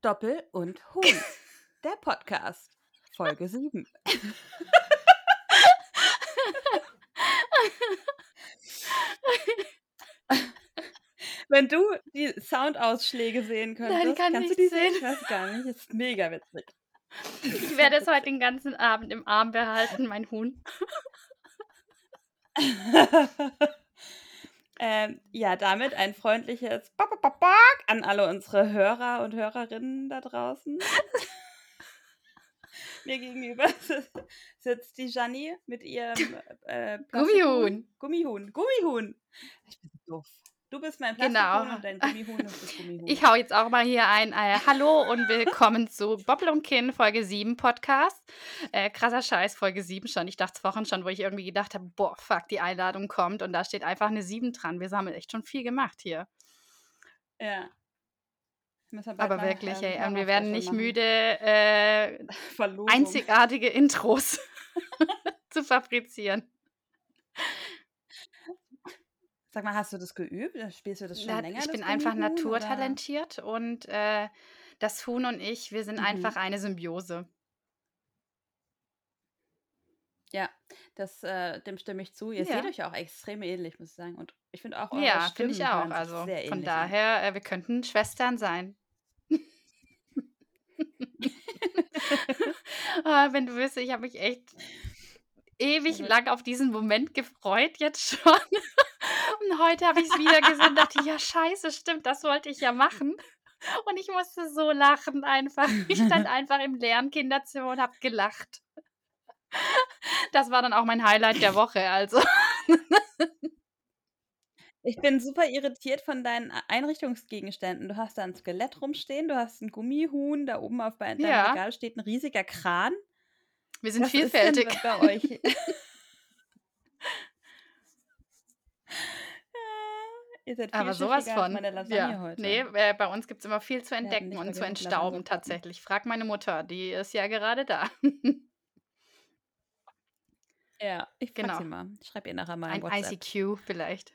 Doppel und Huhn. Der Podcast. Folge 7. Wenn du die Soundausschläge sehen Nein, könntest, kann kannst du nicht die sehen? sehen. Ich weiß gar nicht. Ist mega witzig. Ich werde es heute den ganzen Abend im Arm behalten, mein Huhn. Ja, damit ein freundliches Bock, Bock, Bock, Bock an alle unsere Hörer und Hörerinnen da draußen. Mir gegenüber sitzt die Janni mit ihrem Gummihuhn. Gummihuhn. Ich bin so doof. Du bist mein Genau. Plastikhuhn und dein Gummihuhn ist das Gummihuhn. Ich hau jetzt auch mal hier ein Hallo und willkommen zu Boppel und Kin Folge 7 Podcast. Krasser Scheiß, Folge 7 schon. Ich dachte es Wochen schon, wo ich irgendwie gedacht habe, boah, fuck, die Einladung kommt und da steht einfach eine 7 dran. Wir haben echt schon viel gemacht hier. Ja. Müssen wir bald Aber mal, wirklich, ey, und wir Hörerspecial werden nicht machen. müde, Verlosung. einzigartige Intros zu fabrizieren. Sag mal, hast du das geübt? Spielst du das schon länger? Ich das bin einfach Gummihuhn, oder? naturtalentiert und das Huhn und ich, wir sind einfach eine Symbiose. Ja, dem stimme ich zu. Ihr Ja. seht euch auch extrem ähnlich, muss ich sagen. Und ich finde auch, eure Ja, finde ich Stimmen auch. hören sich Also sehr von ähnlich an. daher, wir könnten Schwestern sein. Wenn du wüsstest, ich habe mich echt ewig lang auf diesen Moment gefreut jetzt schon. Und heute habe ich es wieder gesehen und dachte, ja scheiße, stimmt, das wollte ich ja machen. Und ich musste so lachen einfach. Ich stand einfach im leeren Kinderzimmer und habe gelacht. Das war dann auch mein Highlight der Woche, also. Ich bin super irritiert von deinen Einrichtungsgegenständen. Du hast da ein Skelett rumstehen, du hast ein Gummihuhn, da oben auf deinem Ja. Regal steht ein riesiger Kran. Wir sind Was ist denn vielfältig. bei euch? Ihr seid Aber sowas vielschichtiger als von. meine Lasagne Ja. heute. Nee, bei uns gibt es immer viel zu Wir hatten entdecken nicht und zu vergessen, entstauben Lavendel tatsächlich. Frag meine Mutter, die ist ja gerade da. Ja, ich frag Genau. sie mal. Ich schreibe ihr nachher mal Ein in WhatsApp. ICQ vielleicht.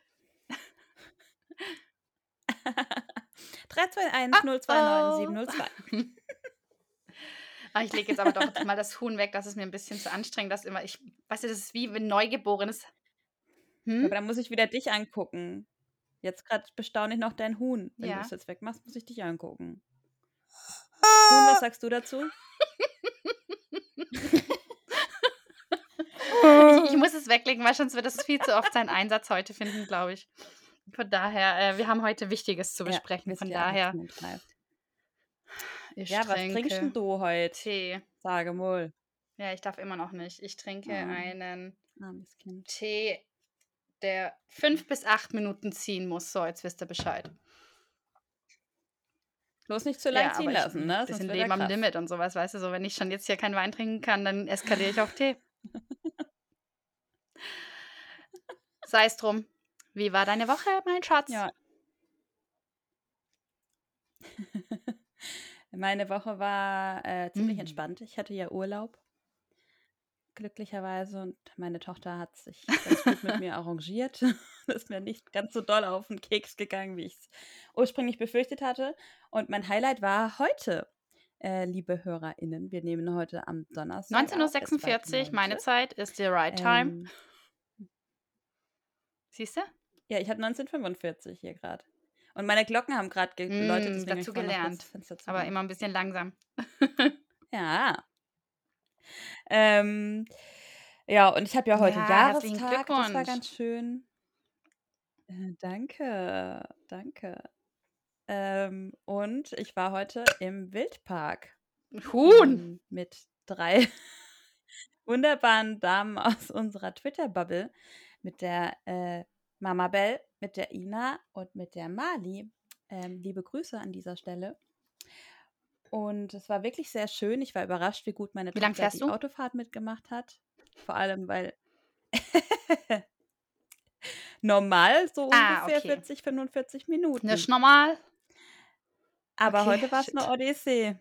321 029 702. Ich lege jetzt aber doch mal das Huhn weg, das ist mir ein bisschen zu anstrengend, das immer weißt du, das ist wie ein Neugeborenes. Aber dann muss ich wieder dich angucken. Jetzt gerade bestaune ich noch dein Huhn. Wenn du Ja. es jetzt wegmachst, muss ich dich angucken. Huhn, was sagst du dazu? Ich muss es weglegen, weil sonst wird es viel zu oft seinen Einsatz heute finden, glaube ich. Von daher, wir haben heute Wichtiges zu besprechen. Von daher, ich Ja, was trinkst denn trinke du heute? Tee. Sage mal. Ja, ich darf immer noch nicht. Ich trinke einen Armes Kind. Tee, der 5 bis 8 Minuten ziehen muss. So, jetzt wisst ihr Bescheid. Bloß nicht zu lang Ja, ziehen aber lassen, ne? wir Sonst sind wird Leben am krass. Limit und sowas, weißt du, so wenn ich schon jetzt hier keinen Wein trinken kann, dann eskaliere ich auf Tee. Sei es drum. Wie war deine Woche, mein Schatz? Ja. Meine Woche war ziemlich entspannt. Ich hatte ja Urlaub. Glücklicherweise. Und meine Tochter hat sich ganz gut mit mir arrangiert. Ist mir nicht ganz so doll auf den Keks gegangen, wie ich es ursprünglich befürchtet hatte. Und mein Highlight war heute, liebe HörerInnen. Wir nehmen heute am Donnerstag 19:46 Uhr, meine Zeit, ist the right time. Siehst du? Ja, ich habe 19:45 hier gerade. Und meine Glocken haben gerade geläutet, deswegen Dazu habe ich vorhin noch kurz gelernt. das Fenster Aber zugemacht. immer ein bisschen langsam. Ja. Ja, und ich habe ja heute Ja, herzlichen Jahrestag, das war Glückwunsch. ganz schön. Danke, danke. Und ich war heute im Wildpark Huhn! mit 3 wunderbaren Damen aus unserer Twitter-Bubble, mit der Mama Bell, mit der Ina und mit der Mali. Liebe Grüße an dieser Stelle. Und es war wirklich sehr schön. Ich war überrascht, wie gut meine Wie lang Tochter fährst die du? Autofahrt mitgemacht hat. Vor allem, weil normal so ungefähr okay. 40, 45 Minuten. Das ist normal. Aber Okay, heute war es shit. eine Odyssee.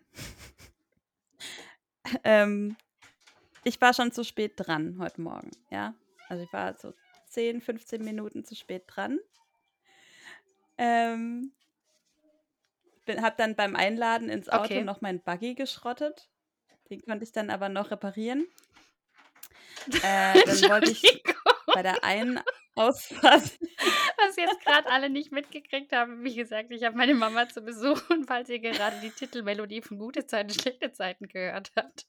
Ich war schon zu spät dran heute Morgen, ja. Also ich war so 10, 15 Minuten zu spät dran. Bin habe dann beim Einladen ins Auto Okay. noch meinen Buggy geschrottet. Den konnte ich dann aber noch reparieren. Dann wollte ich Entschuldigung, bei der einen Ausfahrt was jetzt gerade alle nicht mitgekriegt haben. Wie gesagt, ich habe meine Mama zu Besuch und falls ihr gerade die Titelmelodie von „Gute Zeiten, schlechte Zeiten“ gehört habt.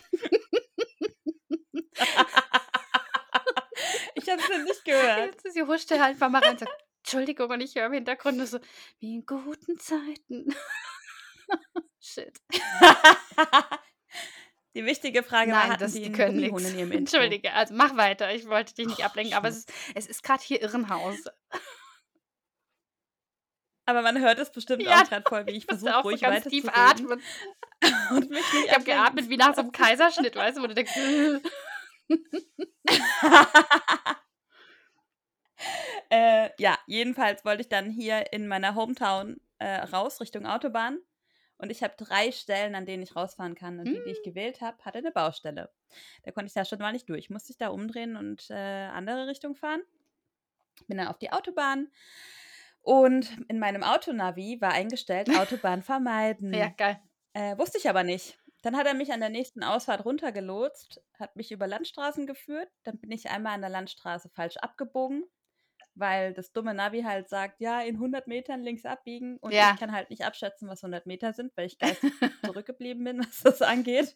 ich habe es ja nicht gehört. Jetzt sie huschte halt einfach mal rein und sagt: „Entschuldigung“ und ich höre im Hintergrund nur so: „Wie in guten Zeiten.“ Shit. Die wichtige Frage war, Nein, hatten die die 'n können Gummihuhn nix. in ihrem Intro? Entschuldige, also mach weiter. Ich wollte dich nicht Oh, ablenken, aber Schmutz. es ist grad hier Irrenhaus. Aber man hört es bestimmt Ja, auch grad voll, wie ich ich musste versuche, auch so ruhig ganz tief weiterzureden atmen. und mich nicht Ich habe ablenken geatmet zu wie nach so 'nem lassen. Kaiserschnitt, weißt du, wo du denkst: Ja, jedenfalls wollte ich dann hier in meiner Hometown, raus Richtung Autobahn und ich habe 3 Stellen, an denen ich rausfahren kann und die ich gewählt habe, hatte 'ne Baustelle. Da konnte ich da schon mal nicht durch. Musste ich da umdrehen und, andere Richtung fahren. Bin dann auf die Autobahn und in meinem Autonavi war eingestellt: „Autobahn Ja, vermeiden." geil. Wusste ich aber nicht. Dann hat er mich an der nächsten Ausfahrt runtergelotst, hat mich über Landstraßen geführt. Dann bin ich einmal an der Landstraße falsch abgebogen, weil das dumme Navi halt sagt: „Ja, in 100 Metern links abbiegen." Und ich Ja. kann halt nicht abschätzen, was 100 Meter sind, weil ich geistig zurückgeblieben bin, was das angeht.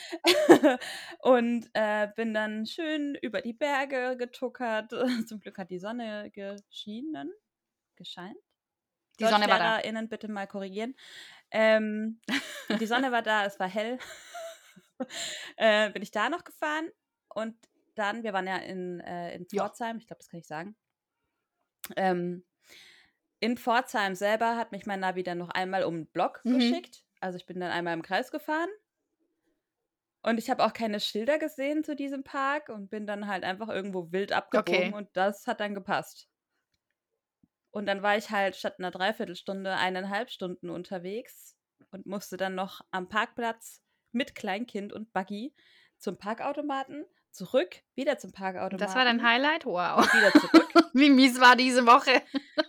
Und, bin dann schön über die Berge getuckert. Zum Glück hat die Sonne gescheint. Die Sonne war da. DeutschlehrerInnen bitte mal korrigieren. Ähm, die Sonne war da, es war hell. Bin ich da noch gefahren und dann wir waren ja in Ja. Pforzheim, ich glaube, das kann ich sagen. Ähm, in Pforzheim selber hat mich mein Navi dann noch einmal um 'n Block Mhm. geschickt. Also, ich bin dann einmal im Kreis gefahren und ich habe auch keine Schilder gesehen zu diesem Park und bin dann halt einfach irgendwo wild abgebogen Okay. und das hat dann gepasst. Und dann war ich halt statt 'ner Dreiviertelstunde 1,5 Stunden unterwegs und musste dann noch am Parkplatz mit Kleinkind und Buggy zum Parkautomaten, zurück, wieder zum Das war dein Parkautomaten Highlight? Wow. und wieder zurück. Wie mies war diese Woche?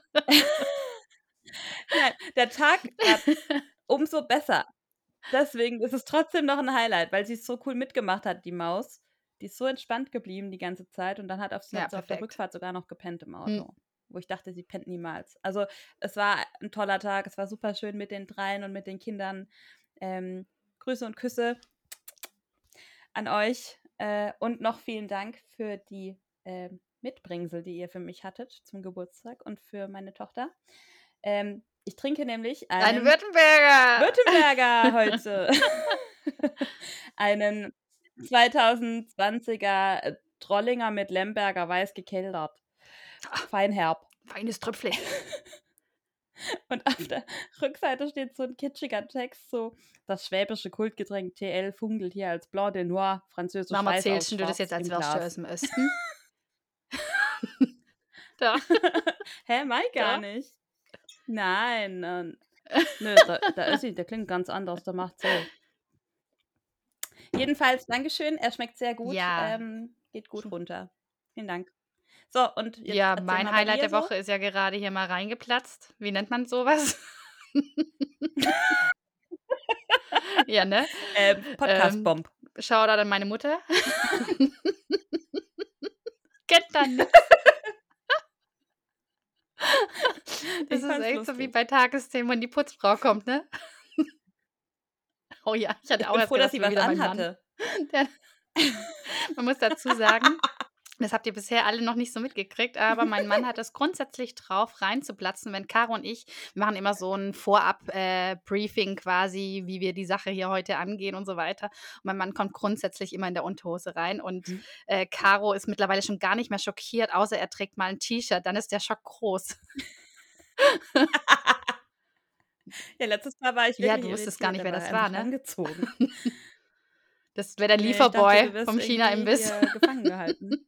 Nein, der Tag war umso besser. Deswegen ist es trotzdem noch 'n Highlight, weil sie's so cool mitgemacht hat, die Maus. Die ist so entspannt geblieben die ganze Zeit und dann hat Ja, sie auf der perfekt. Rückfahrt sogar noch gepennt im Mhm. Auto, wo ich dachte, sie pennt niemals. Also, es war 'n toller Tag, es war superschön mit den Dreien und mit den Kindern. Grüße und Küsse an euch, und noch vielen Dank für die, Mitbringsel, die ihr für mich hattet zum Geburtstag und für meine Tochter. Ich trinke nämlich Ein einen Württemberger. Württemberger heute. Einen 2020er, Trollinger mit Lemberger Weiß gekeltert. Feinherb. Feines Tröpfle. Und auf der Rückseite steht so 'n kitschiger Text, so: „Das schwäbische Kultgetränk TL funkelt hier als Blanc de Noir, französisch Warum weiß aus erzählst 'n du das schwarz jetzt, als im wärst du Glas." aus'm Osten? Doch, Hä, meine ich gar doch. nicht. Nein, nö, der Össi, der klingt ganz anders, der macht so. Jedenfalls Dankeschön, er schmeckt sehr gut, Ja. geht gut runter. Vielen Dank. So, und jetzt Ja, erzähl mein mal bei Highlight dir der so. Woche ist ja gerade hier mal reingeplatzt. Wie nennt man so was? Ja, ne? Ähm, Podcast-Bomb. Shoutout an meine Mutter. Kennt da nix. Das Ich ist fand's echt so wie lustig. bei Tagesthemen, wenn die Putzfrau kommt, ne? Oh ja, ich hatte Ich auch bin erst froh, dass gedacht, es sie wäre was wieder mein Mann. anhatte. Der Man muss dazu sagen, das habt ihr bisher alle noch nicht so mitgekriegt, aber mein Mann hat es grundsätzlich drauf, reinzuplatzen, wenn Caro und ich wir machen immer so 'n Vorab Briefing quasi, wie wir die Sache hier heute angehen und so weiter. Und mein Mann kommt grundsätzlich immer in der Unterhose rein und, Mhm. Caro ist mittlerweile schon gar nicht mehr schockiert, außer er trägt mal 'n T-Shirt, dann ist der Schock groß. Ja, letztes Mal war ich Ja, wirklich du wusstest gar irritiert, nicht, der wer war das war, einfach ne? angezogen. Das wäre der Ne, ich dachte, Lieferboy du wirst vom irgendwie China-Imbiss. hier gefangen gehalten.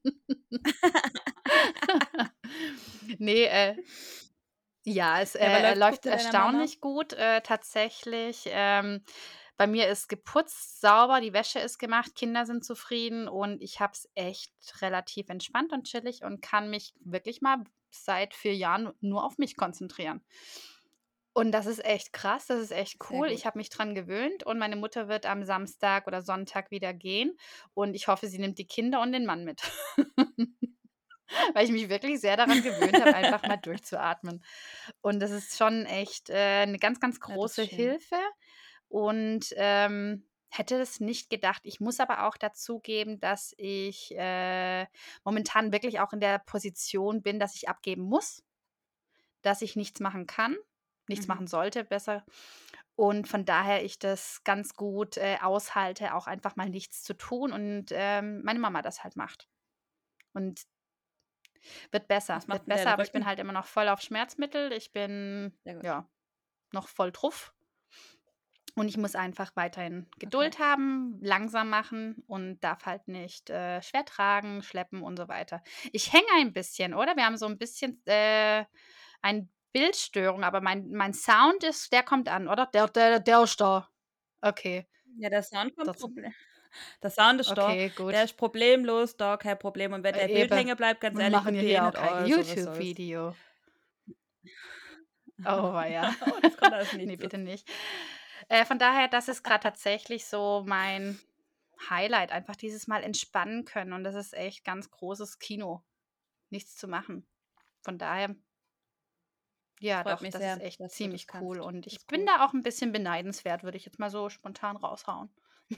Ne, ja, es, Ja, aber läuft's gut läuft mit deiner Mama? erstaunlich gut, tatsächlich. Bei mir ist geputzt, sauber, die Wäsche ist gemacht, Kinder sind zufrieden und ich habe es echt relativ entspannt und chillig und kann mich wirklich mal seit 4 Jahren nur auf mich konzentrieren. Und das ist echt krass, das ist echt Sehr cool. Ich gut. habe mich dran gewöhnt und meine Mutter wird am Samstag oder Sonntag wieder gehen und ich hoffe, sie nimmt die Kinder und den Mann mit. Weil ich mich wirklich sehr daran gewöhnt habe, einfach mal durchzuatmen. Und das ist schon echt, 'ne ganz, ganz Ja, das ist große schön. Hilfe und, hätte es nicht gedacht. Ich muss aber auch dazugeben, dass ich, momentan wirklich auch in der Position bin, dass ich abgeben muss, dass ich nichts machen kann, nichts Mhm. machen sollte, besser. Und von daher ich das ganz gut, aushalte, auch einfach mal nichts zu tun und, meine Mama das halt macht. Und Was macht wird denn besser, dein aber ich bin Rücken? halt immer noch voll auf Schmerzmittel. Ich bin, Sehr gut. ja, noch voll drauf und ich muss einfach weiterhin Okay. Geduld haben, langsam machen und darf halt nicht, schwer tragen, schleppen und so weiter. Ich hänge ein bisschen, oder? Wir haben so ein bisschen, ein Bildstörung, aber mein Sound ist der kommt an, oder? Der ist da. Okay, Ja, der Sound kommt das Proble der Sound ist da. okay, Der gut. ist problemlos da, kein Problem. Und wenn dein Bild Eben. hängen bleibt, ganz Wir ehrlich, machen guck ja dir eh hier auch nicht kein an, so was soll's. YouTube-Video. Oh weia. Oh, das kommt als Ne, Nächstes. bitte nicht. Von daher, das ist grad tatsächlich so mein Highlight, einfach dieses Mal entspannen können und das ist echt ganz großes Kino, nichts zu machen. Von daher, ja Freut doch, mich das ist sehr, echt dass du ziemlich das cool kannst. und Das ich ist bin cool. da auch 'n bisschen beneidenswert, würde ich jetzt mal so spontan raushauen.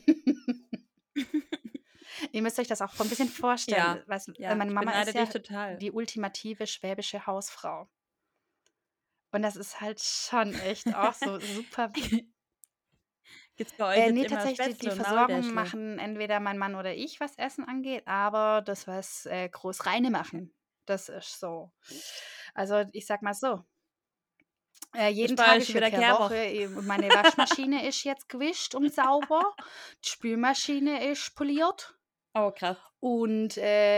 Ihr müsst euch das auch so 'n bisschen vorstellen, Ja, weißt du, ja, meine ich Mama beneide ist dich ja total. die ultimative schwäbische Hausfrau. Und das ist halt schon echt auch so super. Gibt's bei euch jetzt Ne, immer tatsächlich, die Spätzle und Versorgung Maultäschle? machen entweder mein Mann oder ich, was Essen angeht, aber das, was, groß reine Okay. machen, das ist so. Also, ich sage mal so, Ist jeden bei Tag euch ist schon für wieder keine Woche, Gärwoch? meine Waschmaschine ist jetzt gewischt und sauber, die Spülmaschine ist poliert Oh, krass. und,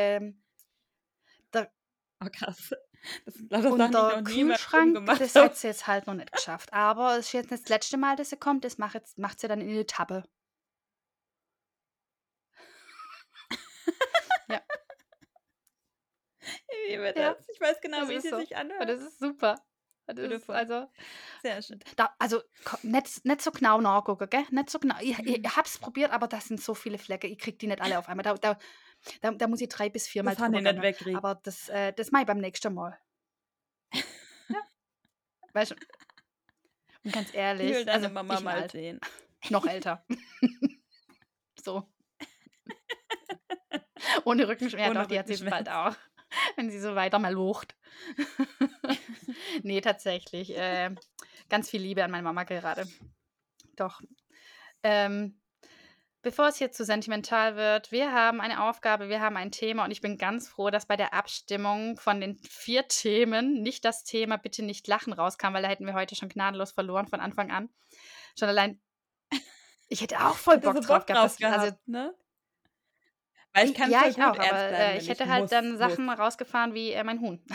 der Oh, krass. Das sind lauter und Sachen, die ich der noch nie in meinem Leben Kühlschrank, gemacht das habe. hat sie jetzt halt noch nicht geschafft. Aber es ist jetzt nicht das letzte Mal, dass sie kommt, das macht sie dann in Etappe. Ja. Ich liebe Ja, das. Ich weiß genau, das wie ist sie so. sich Und anhört. das ist super. Und das ist Beautiful. also Sehr schön. da also, nicht so genau nachgucken, gell? Nicht so genau. Ich habe es probiert, aber das sind so viele Flecke. Ich kriege die nicht alle auf einmal. Da muss ich 3 bis viermal Das haben drüber die nicht gehen. wegkriegt. Aber das mache ich beim nächsten Mal. Ja, weißt du, und ganz Ich will ehrlich, deine also, Mama ich bin mal alt, sehen. noch älter. So, ohne Rückenschmerzen. Ja Ohne doch, die hat sie jetzt bald Rückenschmerz. auch, wenn sie so weiter mal lucht. Ne, tatsächlich, ganz viel Liebe an meine Mama gerade. Doch. Ähm, bevor es hier zu sentimental wird, wir haben eine Aufgabe, wir haben ein Thema und ich bin ganz froh, dass bei der Abstimmung von den 4 Themen nicht das Thema „Bitte nicht lachen“ rauskam, weil da hätten wir heute schon gnadenlos verloren von Anfang an. Schon allein ich hätte auch Ich voll hätte Bock so drauf Bock gehabt, drauf dass also gehabt, ne? Weil ich kann ja, voll ich gut auch, aber, ernst bleiben, wenn ich ich hätte halt dann muss. Sachen rausgefahren wie, mein Huhn.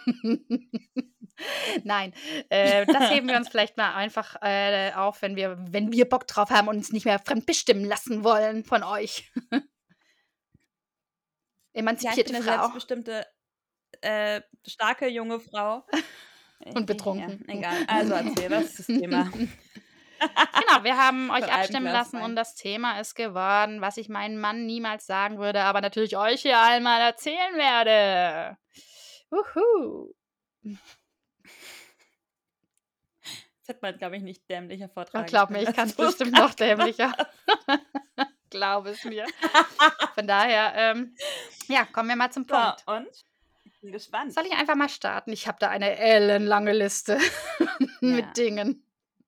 Nein, das heben wir uns vielleicht mal einfach, auf, wenn wir Bock drauf haben und uns nicht mehr fremdbestimmen lassen wollen von euch. Ja, ich bin Emanzipierte 'ne Frau selbstbestimmte, starke junge Frau. und Ja, betrunken. egal. Also erzähl, was ist das Thema? Genau, wir haben Von euch einem abstimmen Glas lassen und Wein. das Thema ist geworden, was ich meinem Mann niemals sagen würde, aber natürlich euch hier einmal erzählen werde. Wuhu. Das hätte man, glaube ich, nicht dämlicher Oh, vortragen glaub mir, können, ich als kann's du es bestimmt grad noch gemacht dämlicher. hast. Glaube es mir. Von daher, ja, kommen wir mal zum So, Punkt. und? Ich bin Soll gespannt. ich einfach mal starten? Ich habe da eine ellenlange Liste Ja, mit Dingen.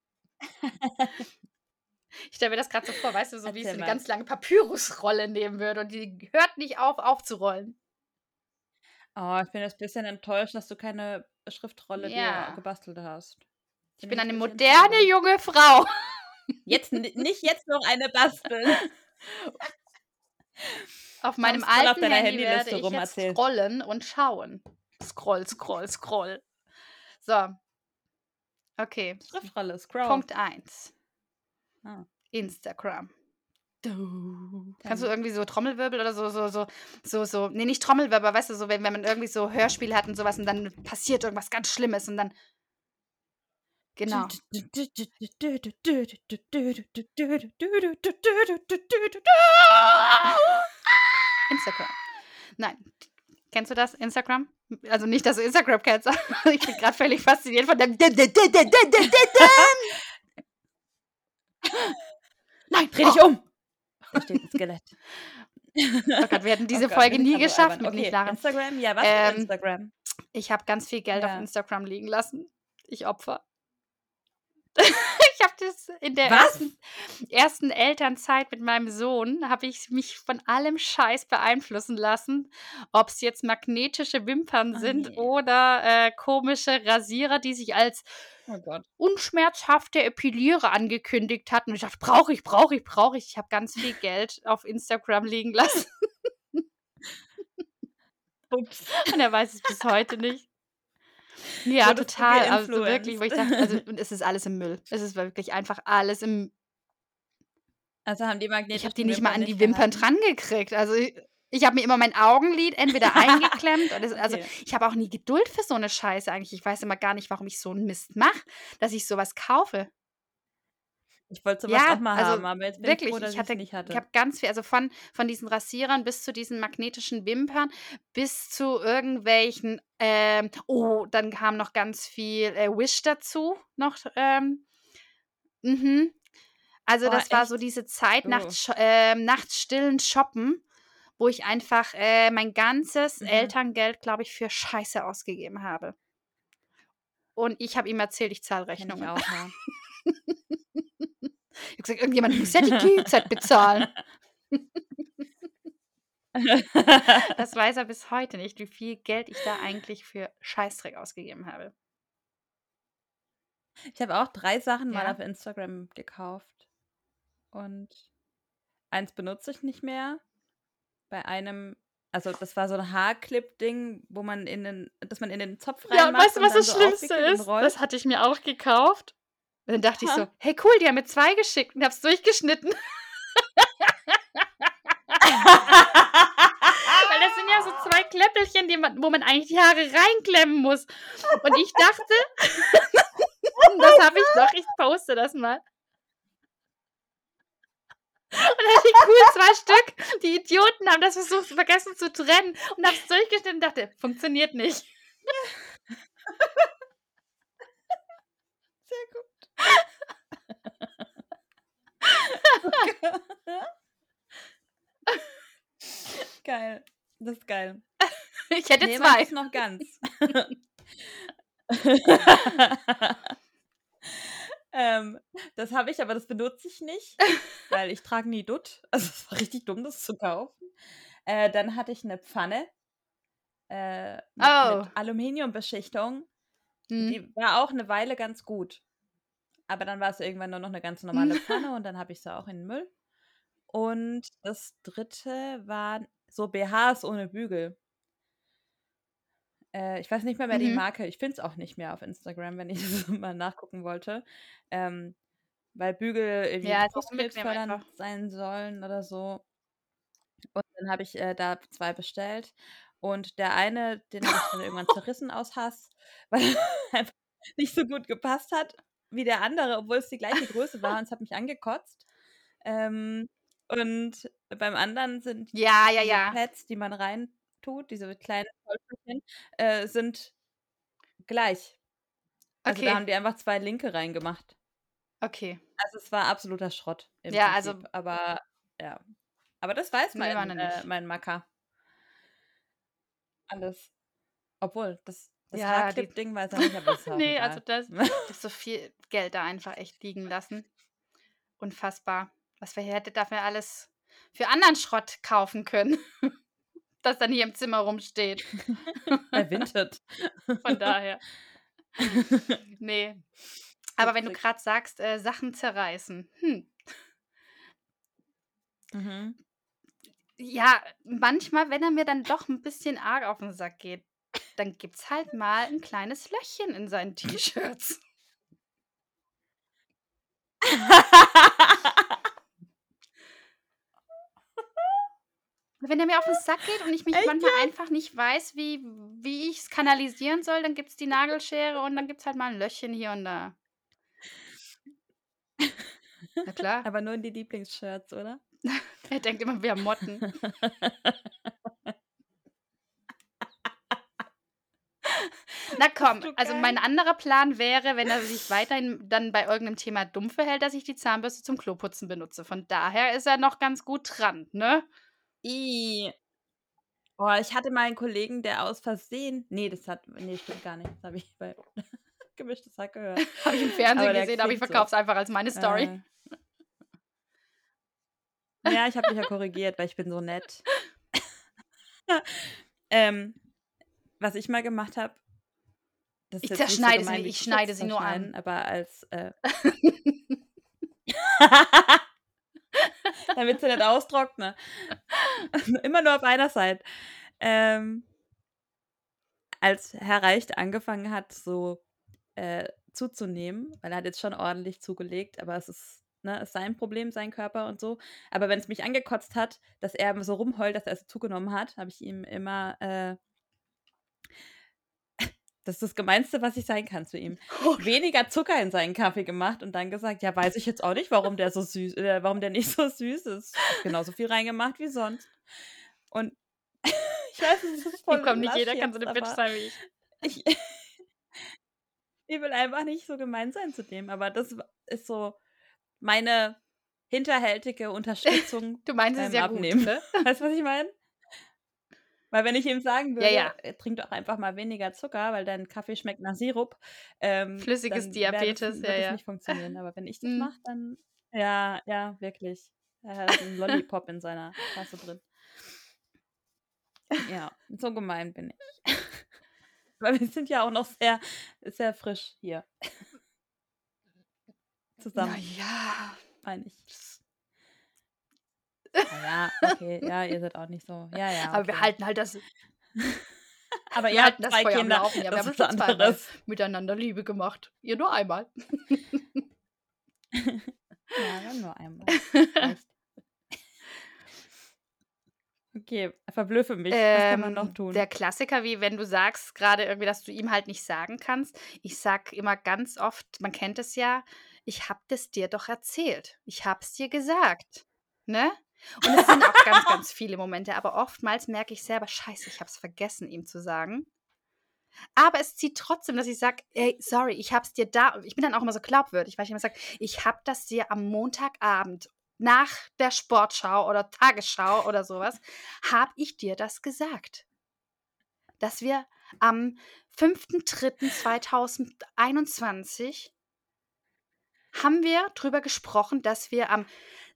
Ich stelle mir das grad so vor, weißt du, so wie ich erzähl so 'ne mal. ganz lange Papyrusrolle nehmen würde und die hört nicht auf, aufzurollen. Oh, ich bin jetzt bisschen enttäuscht, dass du keine Schriftrolle dir Ja, gebastelt hast. ich Bin ich bin jetzt eine bisschen moderne schade. junge Frau. Jetzt nicht jetzt noch eine basteln. Auf meinem Komm, scroll auf alten deiner Handy werde Handyliste ich rum, jetzt erzähl. scrollen und schauen. Scroll, scroll, scroll. So, okay. Schriftrolle, scroll. Punkt 1: Ah, Instagram. Du. Kannst du dann irgendwie so Trommelwirbel oder so ne, nicht Trommelwirbel, aber weißt du, so wenn man irgendwie so Hörspiele hat und so was und dann passiert irgendwas ganz Schlimmes und dann Genau. Instagram. Nein. Kennst du das? Instagram? Also nicht, dass du Instagram kennst, aber ich bin gerade völlig fasziniert von dem. Nein, dreh dich um! Da steht ein Skelett. Oh Gott, wir hätten Oh diese Gott, Folge wir sind nie grad so geschafft albern. mit nicht Okay, lachen. Instagram, ja, was mit Instagram? Ich habe ganz viel Geld auf Ja. Instagram liegen lassen. Ich Opfer. Ich habe das in der Was? ersten Elternzeit mit meinem Sohn habe ich mich von allem Scheiß beeinflussen lassen. Ob es jetzt magnetische Wimpern Oh sind ne. oder komische Rasierer, die sich als Oh Gott. unschmerzhafte Epiliere angekündigt hatten. Und ich dachte, brauche ich, brauche ich, brauche ich. Ich habe ganz viel Geld auf Instagram liegen lassen. Ups. Und er weiß es bis heute nicht. Ja, Wurdest du total. Also wirklich, wo ich dachte, also geinfluenced? und es ist alles im Müll. Es ist wirklich einfach alles im. Also, haben die Ich habe magnetischen die nicht mal Wimpern an die nicht Wimpern gehalten? dran gekriegt. Also, ich habe mir immer mein Augenlid entweder eingeklemmt oder also, Okay. ich habe auch nie Geduld für so 'ne Scheiße eigentlich. Ich weiß immer gar nicht, warum ich so 'n Mist mache, dass ich so was kaufe. Ich wollte so was auch Ja, mal also haben, aber jetzt bin ich froh, wirklich, dass ich ich's hatte nicht ich hatte. habe ganz viel, also von diesen Rasierern bis zu diesen magnetischen Wimpern, bis zu irgendwelchen, oh, dann kam noch ganz viel, Wish dazu noch, mhm. Also, Oh, das war so echt? diese Zeit Oh. nachts stillen Shoppen, wo ich einfach, mein ganzes Mhm. Elterngeld, glaube ich, für Scheiße ausgegeben habe. Und ich habe ihm erzählt, ich zahle Kenne ich Rechnungen. auch, ja. Ich habe gesagt: „Irgendjemand muss ja die GEZ bezahlen.“ Das weiß er bis heute nicht, wie viel Geld ich da eigentlich für Scheißdreck ausgegeben habe. Ich habe auch 3 Sachen mal Ja? auf Instagram gekauft und eins benutze ich nicht mehr. Bei einem also, das war so 'n Haarclip-Ding, wo man das man in den Zopf Ja, und weißt reinmacht du, und was dann das so Schlimmste aufwickelt und ist? Das rollt. hatte ich mir auch gekauft. Und dann dachte ich so: Ha. „Hey cool, die haben mir 2 geschickt“ und habe es durchgeschnitten. Weil das sind ja so 2 Kläppelchen, wo man eigentlich die Haare reinklemmen muss. Und ich dachte, das habe ich noch, ich poste das mal. Und dann dachte ich: „Cool, 2 Stück.“ Die Idioten haben das vergessen zu trennen und habe es durchgeschnitten und dachte: „Funktioniert nicht.“ Sehr gut. Geil. Das ist geil. Ich hätte Ne, meins 2. ist noch ganz. Ähm, das habe ich, aber das benutze ich nicht, weil ich trage nie Dutt. Also, es war richtig dumm, das zu kaufen. Dann hatte ich 'ne Pfanne, Oh. mit Aluminiumbeschichtung. Mhm. Die war auch 'ne Weile ganz gut, aber dann war's irgendwann nur noch 'ne ganz normale Pfanne und dann habe ich sie auch in den Müll. Und das 3. waren so BHs ohne Bügel. Ich weiß nicht mehr die Mhm. Marke. Ich finde es auch nicht mehr auf Instagram, wenn ich das mal nachgucken wollte, ähm, weil Bügel irgendwie Ja, es ist unbequem brustkrebsfördernd einfach. sein sollen oder so. Und dann habe ich, da 2 bestellt und der eine, den habe ich dann irgendwann zerrissen aus Hass, weil er einfach nicht so gut gepasst hat wie der andere, obwohl es die gleiche Größe war und es hat mich angekotzt. Und beim anderen sind Ja, ja, diese ja. Pads, die man reintut, diese kleinen Polsterchen, sind gleich. Also, da Okay, haben die einfach 2 linke reingemacht. okay. Also, es war absoluter Schrott im Ja, Prinzip, also, aber ja. Aber das weiß ne, war noch nicht. mein Macker alles. Obwohl, das Ja, die Haarclip-Ding weiß er nicht, aber das ist auch ne, also egal. das ich habe so viel Geld da einfach echt liegen lassen. Unfassbar. Was wir hätte dafür alles für anderen Schrott kaufen können, das dann hier im Zimmer rumsteht. Bei Vinted. Von daher. Ne. Aber wenn du Witzig. grad sagst, Sachen zerreißen. Mhm. Ja, manchmal, wenn er mir dann doch 'n bisschen arg auf 'n Sack geht, dann gibt's halt mal 'n kleines Löchchen in seinen T-Shirts. Wenn er mir auf 'n Sack geht und ich mich Echt manchmal jetzt? einfach nicht weiß, wie ich's kanalisieren soll, dann gibt's die Nagelschere und dann gibt's halt mal 'n Löchchen hier und da. Na klar. Aber nur in die Lieblingsshirts, oder? Er denkt immer, wir haben Motten. Na Bist komm, du also mein geil. anderer Plan wäre, wenn er sich weiterhin dann bei irgendeinem Thema dumm verhält, dass ich die Zahnbürste zum Kloputzen benutze. Von daher ist er noch ganz gut dran, ne? I. Oh, ich hatte mal 'n Kollegen, der aus Versehen stimmt gar nicht. Das habe ich bei Gemischtes Hack gehört. Habe ich im Aber Fernsehen der gesehen, aber ich klingt verkaufe so. es einfach als meine Story. Äh, ja, ich habe mich ja korrigiert, weil ich bin so nett. Ähm, was ich mal gemacht habe, das ist Ich jetzt nicht so zerschneide sie gemein nicht, wie ich dich jetzt schneide zu sie nur an. zerschneiden, aber als, damit sie nicht austrockne. Immer nur auf einer Seite. Ähm, als Herr Reicht angefangen hat, so, zuzunehmen, weil er hat jetzt schon ordentlich zugelegt, aber es ist, ne, ist sein Problem, sein Körper und so. Aber wenn es mich angekotzt hat, dass er so rumheult, dass er so zugenommen hat, habe ich ihm immer, das ist das Gemeinste, was ich sein kann zu ihm, Oh, weniger Zucker in seinen Kaffee gemacht und dann gesagt: „Ja, weiß ich jetzt auch nicht, warum der nicht so süß ist. Ich habe genauso viel reingemacht wie sonst.“ Und ich weiß, es ist ihm voll kommt nicht lasch jeder kann so jetzt, 'ne Bitch aber sein wie ich. ich ich will einfach nicht so gemein sein zu dem, aber das ist so meine hinterhältige Unterstützung Du meinst es beim ja gut, Abnehmen. ne? Weißt du, was ich meine? Weil wenn ich ihm sagen Ja, würde: ja, „Trink doch einfach mal weniger Zucker, weil dein Kaffee schmeckt nach Sirup“, flüssiges dann Diabetes, ja, wird das ja. nicht funktionieren. Aber wenn ich das Mhm. mache, dann ja, ja, wirklich. Er hat 'n Lollipop in seiner Tasse drin. Ja, so gemein bin ich. Weil wir sind ja auch noch sehr sehr frisch hier Na zusammen, ja, meine ich. das Na ja, okay, ja, ihr seid auch nicht so, ja, ja, aber wir okay. halten halt das Aber wir ihr habt halten das 2 Feuer am Kinder, Laufen. Ja, wir das haben ist das was schon zweimal anderes. miteinander Liebe gemacht. Ihr nur einmal. Ja, dann nur einmal. Reicht. Okay, verblüffe mich. Was kann man noch Der tun? Klassiker, wie wenn du sagst grade irgendwie, dass du ihm halt nicht sagen kannst. Ich sage immer ganz oft, man kennt es ja: „Ich habe das dir doch erzählt. Ich habe es dir gesagt“, ne? Und es sind auch ganz, ganz viele Momente, aber oftmals merke ich selber: „Scheiße, ich habe es vergessen, ihm zu sagen.“ Aber es zieht trotzdem, dass ich sage: „Ey, sorry, ich habe es dir da“, ich bin dann auch immer so glaubwürdig, weil ich immer sage: „Ich habe das dir am Montagabend nach der Sportschau oder Tagesschau oder sowas habe ich dir das gesagt, dass wir am 5.3.2021 haben wir drüber gesprochen, dass wir am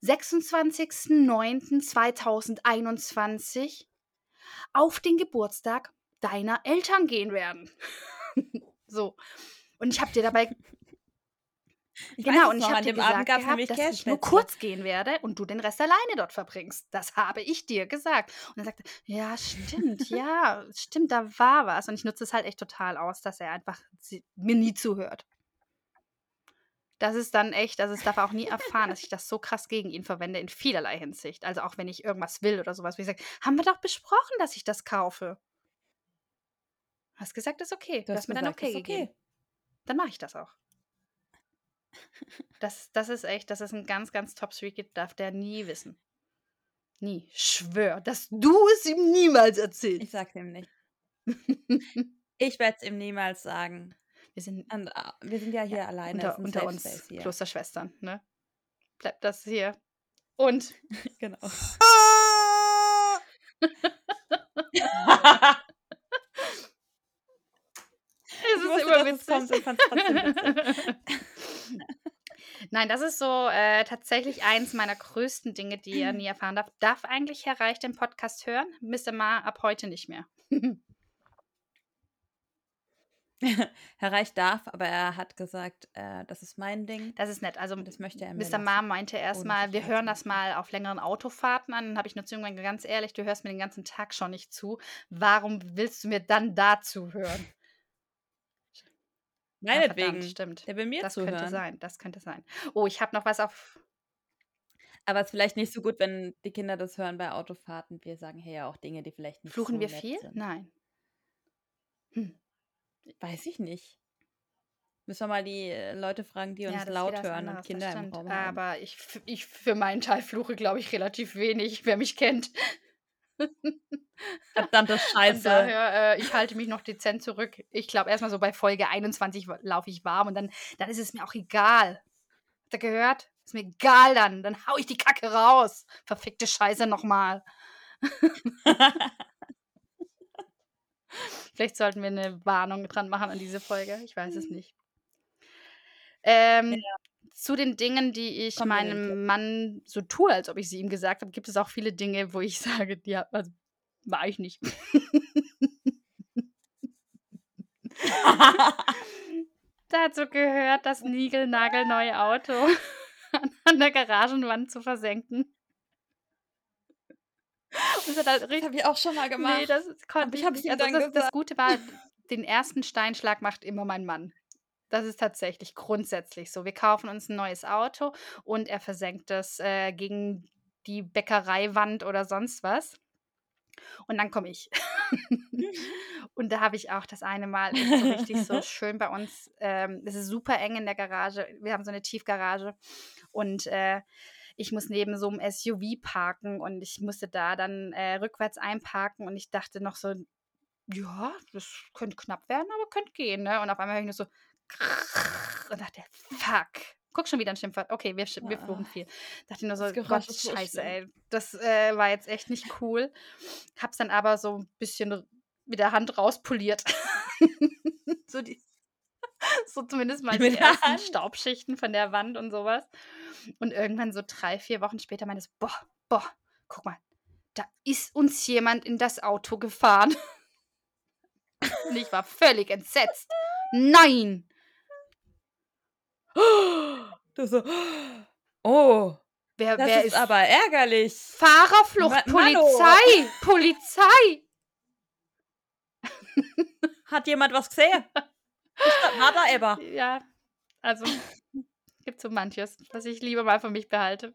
26.09.2021 auf den Geburtstag deiner Eltern gehen werden.“ So. Und ich habe dir dabei Ich weiß genau, und es ich noch, habe an dir dem Abend gesagt gab's gehabt, nämlich dass ich nur Kässpätzle. kurz gehen werde und du den Rest alleine dort verbringst. Das habe ich dir gesagt. Und er sagte: „Ja, stimmt, da war was.“ Und ich nutze es halt echt total aus, dass er einfach mir nie zuhört. Das ist dann echt, also, es darf er auch nie erfahren, dass ich das so krass gegen ihn verwende in vielerlei Hinsicht. Also, auch wenn ich irgendwas will oder sowas, wo ich sage: „Haben wir doch besprochen, dass ich das kaufe.“ Du hast gesagt, ist okay. Du Du hast hast mir dein gesagt, Okay ist gegeben. okay. Dann mache ich das auch. Das ist echt, das ist 'n ganz, ganz Top-Secret, darf der nie wissen. Nie. Schwöre, dass du es ihm niemals Ich erzählst. sag's ihm nicht. Ich werde es ihm niemals sagen. Wir sind Und, wir sind ja ja hier alleine, ist 'n unter Safe uns Space hier. Klosterschwestern, ne? Bleibt das hier. Und Genau. es Ich ist wusste, immer dass es witzig. kommt und fand's trotzdem witzig. Nein, das ist so, tatsächlich eins meiner größten Dinge, die er nie erfahren darf. Darf eigentlich Herr Reich den Podcast hören? Mister Ma ab heute nicht mehr. Herr Reich darf, aber er hat gesagt, das ist mein Ding Das ist nett. Also, und das möchte er mir Mister Ma lassen, meinte erst ohne mal, wir hören das Sicherheitshinweise. mal auf längeren Autofahrten an. Dann habe ich nur zu ihm gesagt: „Ganz ehrlich, du hörst mir den ganzen Tag schon nicht zu. Warum willst du mir dann da zuhören?“ Ja, verdammt, Meinetwegen, stimmt. der will mir Das könnte zuhören. sein, das könnte sein. Oh, ich habe noch was auf Aber es ist vielleicht nicht so gut, wenn die Kinder das hören bei Autofahrten. Wir sagen hier ja auch Dinge, die vielleicht nicht fluchen so wir nett viel? sind. Nein. Hm. Weiß ich nicht. Müssen wir mal die Leute fragen, die Ja, uns das ist wieder laut was hören und anderes, das Kinder im stimmt. Raum haben. Aber ich für meinen Teil fluche, glaube ich, relativ wenig, wer mich kennt. Verdammte Von Scheiße. daher, ich halte mich noch dezent zurück. Ich glaube, erst mal so bei Folge 21 laufe ich warm und dann ist es mir auch egal. Habt ihr gehört? Ist mir egal dann. Dann haue ich die Kacke raus. Verfickte Scheiße noch mal. Vielleicht sollten wir 'ne Warnung dran machen an diese Folge. Ich weiß es nicht. Ja, Zu den Dingen, die ich kommen wir in den Club. meinem Mann so tue, als ob ich sie ihm gesagt habe, gibt es auch viele Dinge, wo ich sage, die also, war ich nicht. Dazu gehört, das niegelnagelneue Auto an der Garagenwand zu versenken. Das hat halt Das richt habe ich auch schon mal ne, gemacht, das aber konnte ich ich habe es nicht. ihm Also, dann das gesagt. Gute war, den ersten Steinschlag macht immer mein Mann. Das ist tatsächlich grundsätzlich so. Wir kaufen uns 'n neues Auto und er versenkt das, gegen die Bäckereiwand oder sonst was. Und dann komme ich. Und da habe ich auch das eine Mal ist so richtig so schön bei uns es ist super eng in der Garage. Wir haben so 'ne Tiefgarage und, ich muss neben so 'nem SUV parken und ich musste da dann, rückwärts einparken und ich dachte noch so: „Ja, das könnte knapp werden, aber könnte gehen“, ne? Und auf einmal höre ich nur so und dachte: „Fuck.“ Guck, schon wieder 'n Schimpfwort. Okay, wir Ah, fluchen viel. Dachte nur das so: Geräusch „Gott, ist so scheiße, schlimm. ey, das, war jetzt echt nicht cool.“ Habe es dann aber so 'n bisschen mit der Hand rauspoliert. So die so zumindest mal die Mit der ersten Hand. Staubschichten von der Wand und so was. Und irgendwann so 3, 4 Wochen später meinte so: „Boah, guck mal, da ist uns jemand in das Auto gefahren.“ Und ich war völlig entsetzt. Nein! Du so: „Oh, das Wer ist ist aber ärgerlich. Fahrerflucht, Mano, Polizei, Polizei! hat jemand was gesehen? Ist das war da eben?“ Ja, also, gibt so manches, was ich lieber mal für mich behalte.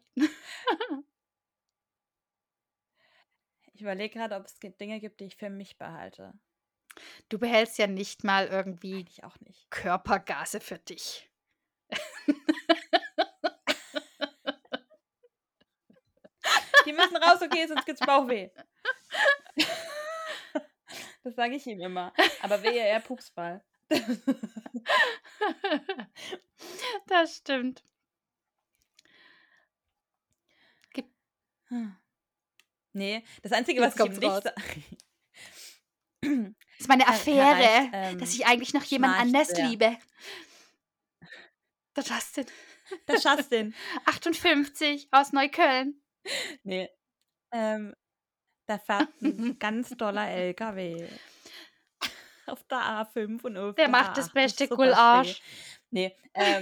Ich überlege grade, ob es Dinge gibt, die ich für mich behalte. Du behältst ja nicht mal irgendwie Eigentlich auch nicht. Körpergase für dich. Die müssen raus, okay, sonst gibt's Bauchweh. Das sage ich ihm immer. Aber wehe, er pupst mal. Das stimmt. Gib Ne, das Einzige, was Jetzt ich ihm kommt's nicht raus. sa Ist meine Herr Reicht, Affäre, dass ich eigentlich noch jemand schnarcht anders sehr. liebe. Der Justin. Der Justin. 58 aus Neukölln. Ne, ähm, da fährt 'n ganz doller LKW auf der A5 und auf Der der macht das A8. Das ist beste super schräg. Gulasch. Ne,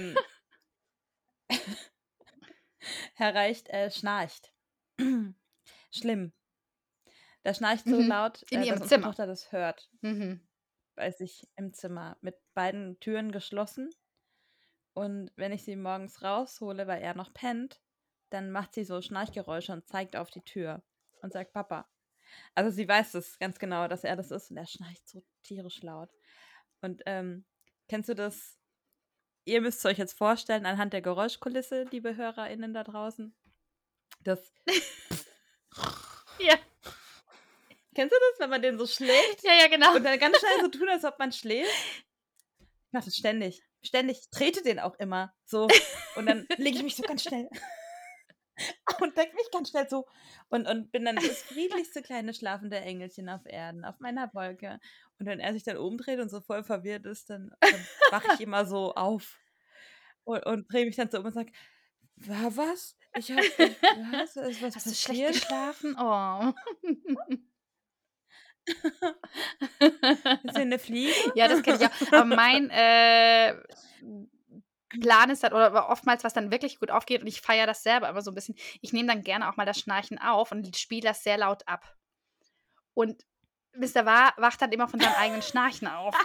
Herr Reicht, schnarcht. Schlimm. Der schnarcht so Mhm. laut, In dass ihrem unsere Zimmer. Tochter das hört Mhm. bei sich im Zimmer mit beiden Türen geschlossen. Und wenn ich sie morgens raushole, weil er noch pennt, dann macht sie so Schnarchgeräusche und zeigt auf die Tür und sagt: „Papa.“ Also, sie weiß das ganz genau, dass er das ist und er schnarcht so tierisch laut. Und, kennst du das? Ihr müsst euch jetzt vorstellen anhand der Geräuschkulisse, liebe HörerInnen da draußen, das Ja. kennst du das, wenn man den so schlägt Ja, ja, genau. und dann ganz schnell so tun, als ob man schläft? Ich mache das ständig. Ständig. Ich trete den auch immer so und dann lege ich mich so ganz schnell und decke mich ganz schnell so und bin dann das friedlichste kleine schlafende Engelchen auf Erden, auf meiner Wolke. Und wenn er sich dann umdreht und so voll verwirrt ist, dann wache ich immer so auf und drehe mich dann so um und sage: Was? Was? Ist was Hast du schlecht passiert?“ geschlafen? Oh. „Ist hier 'ne Fliege?“ Ja, das kenne ich auch. Aber mein, Plan ist dann oder oftmals, was dann wirklich gut aufgeht und ich feiere das selber immer so 'n bisschen, ich nehme dann gerne auch mal das Schnarchen auf und spiele das sehr laut ab. Und Mister wacht dann immer von seinem eigenen Schnarchen auf,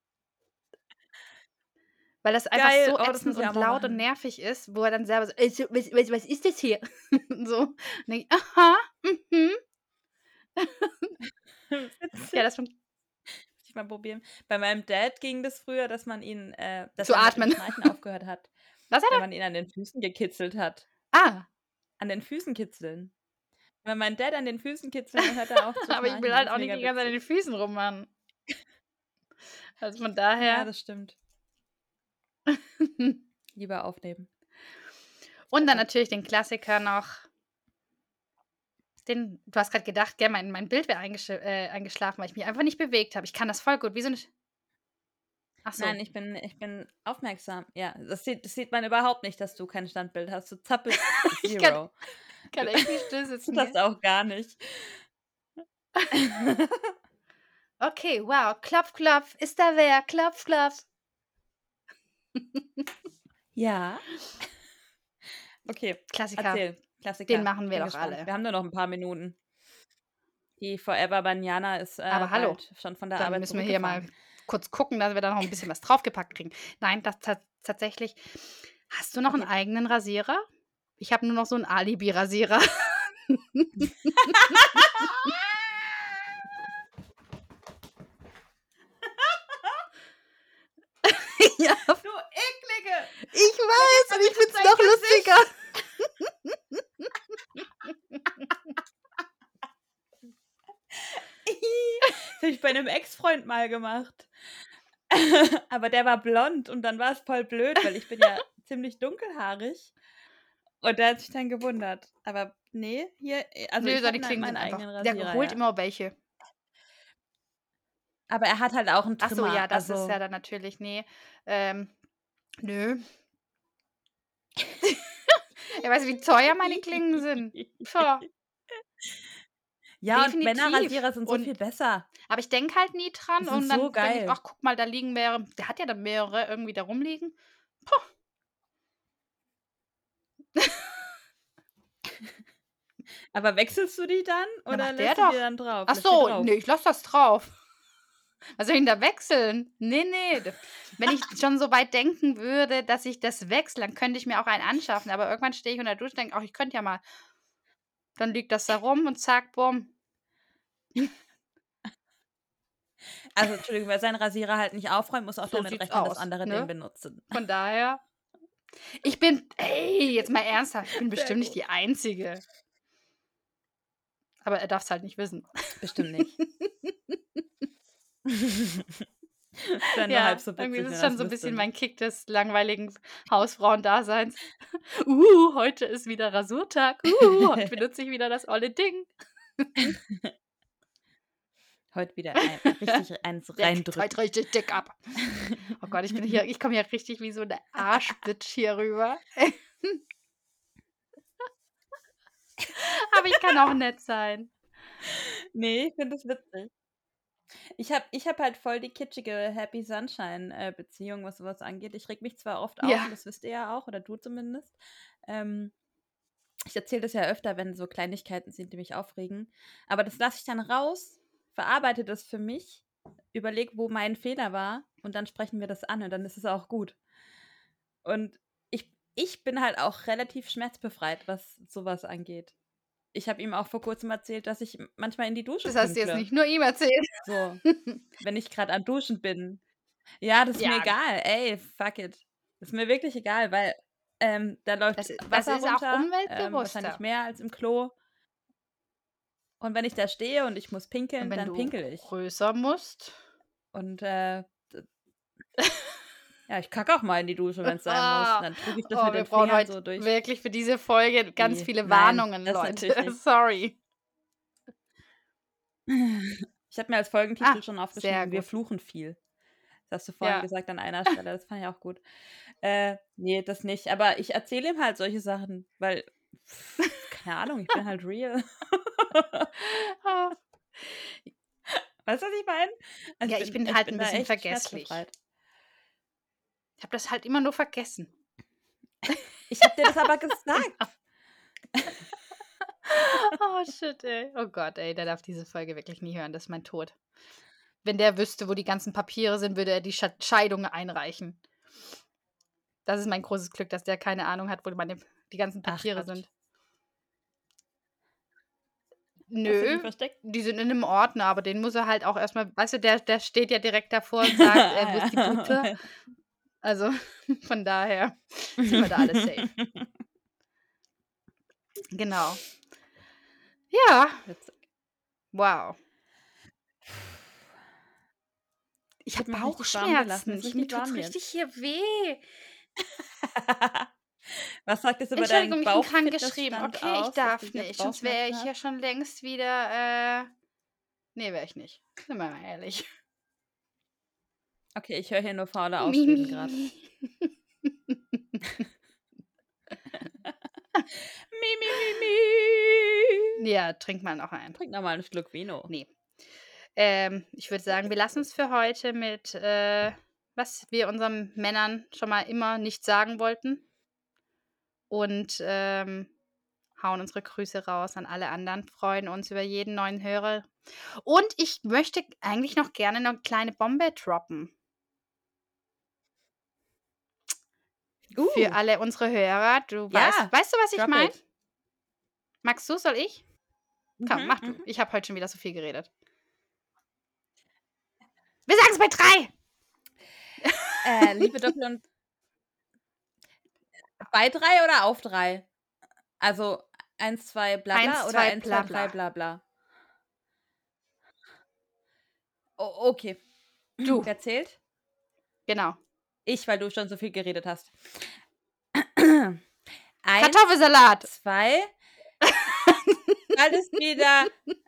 weil das einfach Geil, so oh, das ätzend muss ich auch und mal laut und machen. nervig ist, wo er dann selber so: so, was ist das hier?“ So. Und denke ich: „Aha, mhm.“ Ja, Witzig. das ich mal probieren. Bei meinem Dad ging das früher, dass man ihn, dass Zu er mit dem atmen. Schnarchen aufgehört hat, Was hat wenn er? man ihn an den Füßen gekitzelt hat. Ah, An den Füßen kitzeln. Wenn mein Dad an den Füßen kitzeln, dann hört er auf zu aber ich will schnarchen. Das halt ist auch nicht mega die ganze Zeit an witzig. den Füßen rummachen. Also von Ja, daher. das stimmt. Lieber aufnehmen. Und dann Besser. natürlich den Klassiker noch. Du hast gerade gedacht, gell, mein Bild wäre eingeschlafen, weil ich mich einfach nicht bewegt habe. Ich kann das voll gut. Wie so 'ne Ach so. Nein, ich bin aufmerksam. Ja, das sieht man überhaupt nicht, dass du kein Standbild hast. Du zappelst Ich kann 0. kann echt nicht still sitzen, Das gell? auch gar nicht. Okay, wow. Klopf, klopf. Ist da wer? Klopf, klopf. Ja. Okay, Klassiker. erzähl. Den Klassiker. machen wir Bin doch gespannt. alle. Wir haben nur noch 'n paar Minuten. Die Forever Banana ist, Aber hallo, bald schon von der dann Arbeit müssen wir hier mal zurückgefahren. kurz gucken, dass wir da noch 'n bisschen was draufgepackt kriegen. Nein, das tatsächlich. Hast du noch 'n Okay. eigenen Rasierer? Ich habe nur noch so 'n Alibi-Rasierer. Ja, Du Eklige! ich Dann gib weiß mir und ich bitte find's dein noch Gesicht. lustiger. Das habe ich bei 'nem Ex-Freund mal gemacht. Aber der war blond und dann war's voll blöd, weil ich bin ja ziemlich dunkelhaarig und der hat sich dann gewundert. Aber ne, hier also Nö, ich habe seine Klingen meinen sind einfach eigenen der Rasierer, holt ja. immer welche. Aber er hat halt auch 'n Ach so, ja, Trimmer, das ist ja also dann natürlich ähm, nö. Er weiß, wie teuer meine Klingen sind. Tja, Ja, und definitiv. Männerrasierer sind so viel besser. Aber ich denke halt nie Die dran sind und so dann denke ich: geil. „Ach, guck mal, da liegen mehrere.“ Der hat ja dann mehrere irgendwie da rumliegen. Puh. Aber wechselst du die dann Na, oder macht der lässt du die doch. dann drauf? Ach Lässt die so, drauf? ne, ich lasse das drauf. Was soll ich denn da wechseln? Ne. Wenn ich schon so weit denken würde, dass ich das wechsle, dann könnte ich mir auch einen anschaffen, aber irgendwann stehe ich unter der Dusche und denke: „Ach, ich könnte ja mal.“ Dann liegt das da rum und zack, bumm. Also, Entschuldigung, wer seinen Rasierer halt nicht aufräumt, muss auch So damit sieht's rechnen, dass aus, andere den ne? benutzen. Von daher jetzt mal ernsthaft, ich bin Sehr bestimmt nicht gut. die Einzige. Aber er darf's halt nicht wissen. Bestimmt nicht. Wäre nur halb Ja, so irgendwie witzig, ist wenn es schon er's so 'n wüsste, bisschen ne? mein Kick des langweiligen Hausfrauendaseins. Heute ist wieder Rasurtag. Heute benutze ich wieder das olle Ding. Heute wieder richtig eins Der geht heute reindrücken. richtig dick ab. Oh Gott, ich komme hier richtig wie so 'ne Arschbitch hier rüber. Aber ich kann auch nett sein. Ne, ich finde das witzig. Ich habe halt voll die kitschige Happy Sunshine, Beziehung, was so was angeht. Ich rege mich zwar oft auf und Ja, das wisst ihr ja auch oder du zumindest. Ähm, Ich erzähle das ja öfter, wenn so Kleinigkeiten sind, die mich aufregen. Aber das lasse ich dann raus, verarbeite das für mich, überlege, wo mein Fehler war und dann sprechen wir das an und dann ist es auch gut. Und ich bin halt auch relativ schmerzbefreit, was sowas angeht. Ich habe ihm auch vor Kurzem erzählt, dass ich manchmal in die Dusche das hast du jetzt pinkle. nicht nur ihm erzählt. So, wenn ich gerade am Duschen bin. Ja, das ist mir Ja, egal. Ey, fuck it. Ist mir wirklich egal, weil, da läuft das Wasser ist auch runter, wahrscheinlich umweltbewusster. mehr als im Klo. Und wenn ich da stehe und ich muss Und pinkeln, wenn dann du pinkel ich. größer musst. Und, d ja, ich kacke auch mal in die Dusche, wenn's sein muss. Dann drücke ich das mit Wir den brauchen Fingern heute so durch wirklich für diese Folge ganz die viele nein, Warnungen, das natürlich Leute. nicht. Sorry. Ich habe mir als Folgentitel Ah, schon sehr aufgeschrieben: „Wir gut. fluchen viel.“ Das hast du vorhin Ja. gesagt an einer Stelle, das fand ich auch gut. Ne, das nicht. Aber ich erzähle ihm halt solche Sachen, weil, keine Ahnung, ich bin halt real. Ah. Weißt du, was ich meine? Also, Ja, ich bin ich halt bin 'n da bisschen echt vergesslich. schmerzbefreit. Ich habe das halt immer nur vergessen. Ich habe dir das aber gesagt. Oh, shit, ey. Oh Gott, ey, der darf diese Folge wirklich nie hören. Das ist mein Tod. Wenn der wüsste, wo die ganzen Papiere sind, würde er die Scheidung einreichen. Das ist mein großes Glück, dass der keine Ahnung hat, wo die ganzen Ach Papiere Quatsch. sind. Hast du die Nö, versteckt? die sind in 'nem Ordner, aber den muss er halt auch erst mal weißt du, der steht ja direkt davor und sagt: „Wo ist die Puppe?" Also, von daher sind wir da alle safe. Genau. Ja, Witzig. wow. Ich Es hat habe mich richtig warm gelassen. Bauchschmerzen. Ist Mir richtig tut's warm richtig jetzt. hier weh. Was sagt es über deinen Entschuldigung, ich bin krankgeschrieben. Bauchfitnessstand Okay, ich aus, dass du darf jetzt nicht, sonst wäre Bauchschmerzen ich ja hast? schon längst wieder, ne, wäre ich nicht. Sind wir mal ehrlich. Okay, ich höre hier nur faule Mi, Ausreden mi, grad. mi. Mi, mi, mi, mi. Ja, trink mal noch einen. Trink noch mal 'n Schluck Vino. Ne. Ich würde sagen, wir lassen es für heute mit, was wir unseren Männern schon mal immer nicht sagen wollten und, hauen unsere Grüße raus an alle anderen, freuen uns über jeden neuen Hörer. Und ich möchte eigentlich noch gerne 'ne kleine Bombe droppen für alle unsere Hörer. Du weißt Ja, weißt du, was ich drop meine? it. Magst du? Soll ich? Komm, Mhm, mach du. mhm. Ich habe heute schon wieder so viel geredet. Wir sagen's bei 3. Liebe Doppel und bei 3 oder auf 3? Also 1, 2 1, Blabla oder 2, 1, 2, 3 Blabla. Blabla? Okay. Du, Wer zählt? genau. Ich, weil du schon so viel geredet hast. 1, Kartoffelsalat. 2, bald ist wieder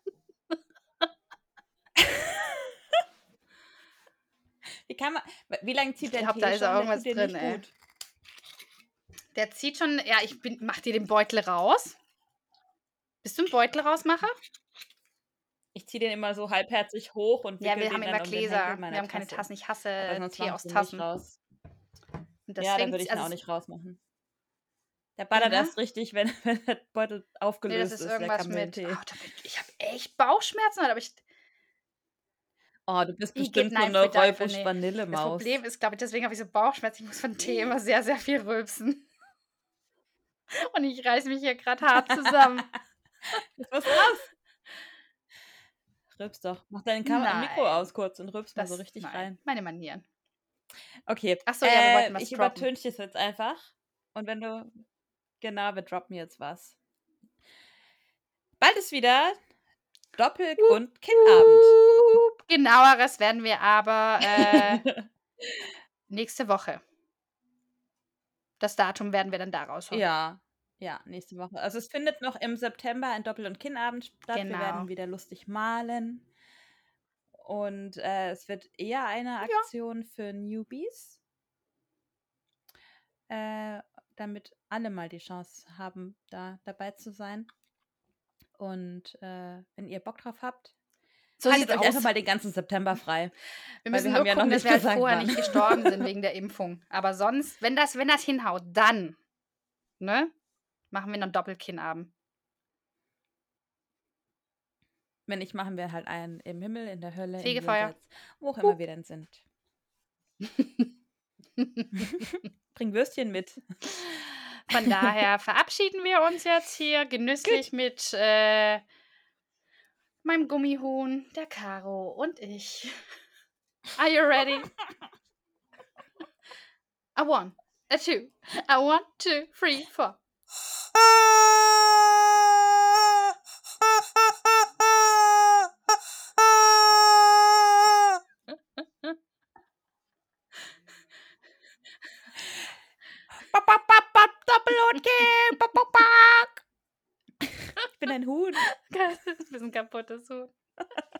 wie lange Ich zieht dein glaube, da Tee ist auch schon? Der irgendwas tut dir drin, nicht ey. gut. Der zieht schon ja, mach dir den Beutel raus. Bist du 'n Beutelrausmacher? Ich ziehe den immer so halbherzig hoch und Ja, wickel wir haben den immer dann um den Henkel Gläser. Wir meiner haben keine Tasse. Tassen. Ich Aber hasse sonst Tee mache ich aus den nicht Tassen. raus. Und Ja, da deswegen würde ich's mir auch also nicht rausmachen. Der ja, ballert ne? erst richtig, wenn der Beutel Ne, das aufgelöst ist ist, der irgendwas mit Kamillentee. ich habe echt Bauchschmerzen heute, aber Oh, du bist Igitt, bestimmt so nein, 'ne pfui Teufel, ne. Das Räubusch-Vanillemaus. Problem ist, glaube ich, deswegen habe ich so Bauchschmerzen. Ich muss von Tee immer sehr, sehr viel rülpsen. Und ich reiße mich hier grad hart zusammen. Das muss raus. Rülps doch. Mach dein Mikro aus Nein, kurz und rülps mal so richtig nein, rein. meine Manieren. Okay, Ach so, ja, wir wollten was ich droppen. übertünche es jetzt einfach und wenn du genau, wir droppen jetzt was. Bald ist wieder Wup, Doppelgrund-Kinnabend. wup. Genaueres werden wir aber, nächste Woche. Das Datum werden wir dann da raushauen. Ja, ja, nächste Woche. Also, es findet noch im September ein Doppel und Kinnabend statt. Wir Genau. werden wieder lustig malen und, es wird eher eine Ja. Aktion für Newbies, damit alle mal die Chance haben, da dabei zu sein. Und, wenn ihr Bock drauf habt, So haltet sieht's euch einfach aus. mal den ganzen September frei, Wir weil müssen wir nur haben ja noch gucken, dass nicht wir halt gesagt, vorher wann. nicht gestorben sind wegen der Impfung. Aber sonst, wenn das hinhaut, dann, ne, machen wir 'nen Doppelkinnabend. Wenn nicht, machen wir halt einen im Himmel, in der Hölle, im Fegefeuer. Jenseits, wo auch immer Wup. wir denn sind. Bring Würstchen mit. Von daher verabschieden wir uns jetzt hier genüsslich Gut. mit, meinem Gummihuhn, der Caro und ich. Are you ready? A 1, a 2, a 1, 2, 3, 4. Bap, bap, bap, bap, Doppel und Kill. Bap, bap, bap. Ich bin ein Huhn. Geil, das ist 'n bisschen kaputtes Huhn.